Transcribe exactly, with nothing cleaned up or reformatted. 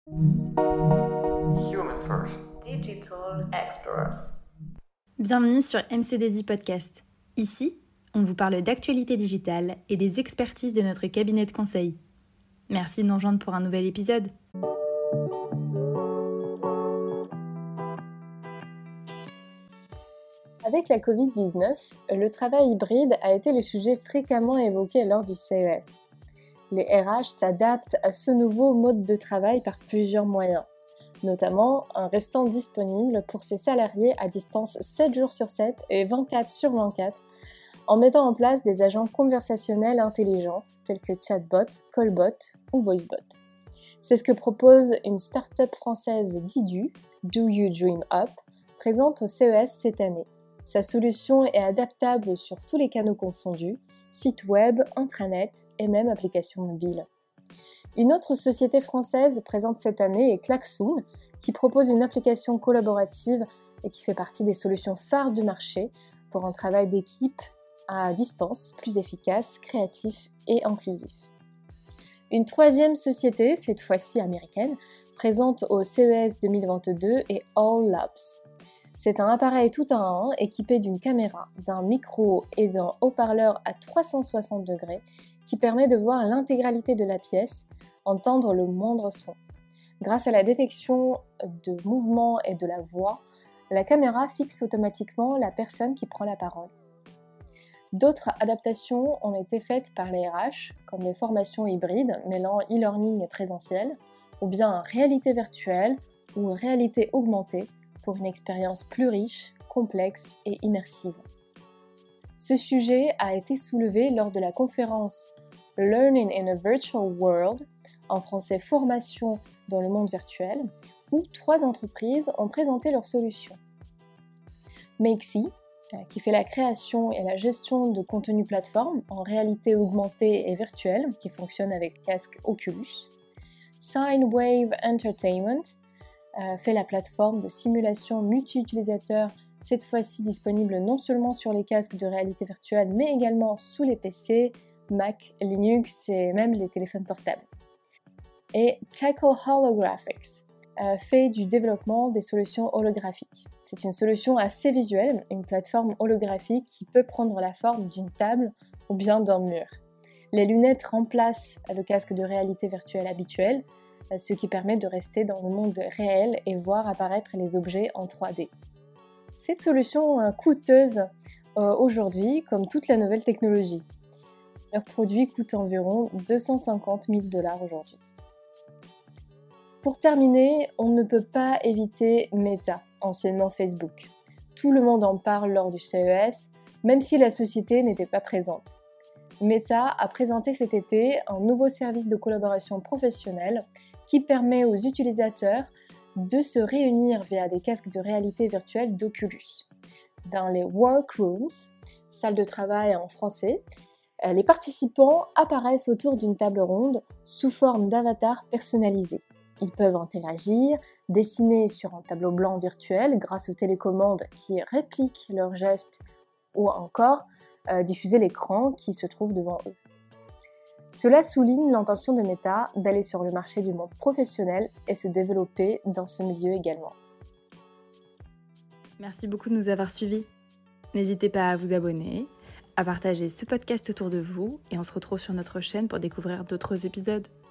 Human First. Digital Explorers. Bienvenue sur M C D Z Podcast. Ici, on vous parle d'actualité digitale et des expertises de notre cabinet de conseil. Merci de nous rejoindre pour un nouvel épisode. Avec la covid dix-neuf, le travail hybride a été le sujet fréquemment évoqué lors du C E S. Les R H s'adaptent à ce nouveau mode de travail par plusieurs moyens, notamment en restant disponibles pour ses salariés à distance sept jours sur sept et vingt-quatre sur vingt-quatre, en mettant en place des agents conversationnels intelligents tels que chatbot, callbot ou voicebot. C'est ce que propose une start-up française Didu, Do You Dream Up, présente au C E S cette année. Sa solution est adaptable sur tous les canaux confondus, site web, intranet et même application mobile. Une autre société française présente cette année est Klaxoon, qui propose une application collaborative et qui fait partie des solutions phares du marché pour un travail d'équipe à distance plus efficace, créatif et inclusif. Une troisième société, cette fois-ci américaine, présente au C E S deux mille vingt-deux est All Labs. C'est un appareil tout à un équipé d'une caméra, d'un micro et d'un haut-parleur à trois cent soixante degrés qui permet de voir l'intégralité de la pièce, entendre le moindre son. Grâce à la détection de mouvement et de la voix, la caméra fixe automatiquement la personne qui prend la parole. D'autres adaptations ont été faites par les R H, comme les formations hybrides mêlant e-learning et présentiel, ou bien réalité virtuelle ou réalité augmentée, pour une expérience plus riche, complexe et immersive. Ce sujet a été soulevé lors de la conférence Learning in a Virtual World, en français Formation dans le monde virtuel, où trois entreprises ont présenté leurs solutions. Makesy, qui fait la création et la gestion de contenu plateforme en réalité augmentée et virtuelle, qui fonctionne avec casque Oculus. Sinewave Entertainment, Euh, fait la plateforme de simulation multi-utilisateur, cette fois-ci disponible non seulement sur les casques de réalité virtuelle, mais également sous les P C, Mac, Linux et même les téléphones portables. Et Tackle Holographics euh, fait du développement des solutions holographiques. C'est une solution assez visuelle, une plateforme holographique qui peut prendre la forme d'une table ou bien d'un mur. Les lunettes remplacent le casque de réalité virtuelle habituel, ce qui permet de rester dans le monde réel et voir apparaître les objets en trois D. Cette solution est coûteuse euh, aujourd'hui, comme toute la nouvelle technologie. Leur produit coûte environ deux cent cinquante mille dollars aujourd'hui. Pour terminer, on ne peut pas éviter Meta, anciennement Facebook. Tout le monde en parle lors du C E S, même si la société n'était pas présente. Meta a présenté cet été un nouveau service de collaboration professionnelle qui permet aux utilisateurs de se réunir via des casques de réalité virtuelle d'Oculus. Dans les workrooms, salles de travail en français, les participants apparaissent autour d'une table ronde sous forme d'avatars personnalisés. Ils peuvent interagir, dessiner sur un tableau blanc virtuel grâce aux télécommandes qui répliquent leurs gestes ou encore euh, diffuser l'écran qui se trouve devant eux. Cela souligne l'intention de Meta d'aller sur le marché du monde professionnel et se développer dans ce milieu également. Merci beaucoup de nous avoir suivis. N'hésitez pas à vous abonner, à partager ce podcast autour de vous et on se retrouve sur notre chaîne pour découvrir d'autres épisodes.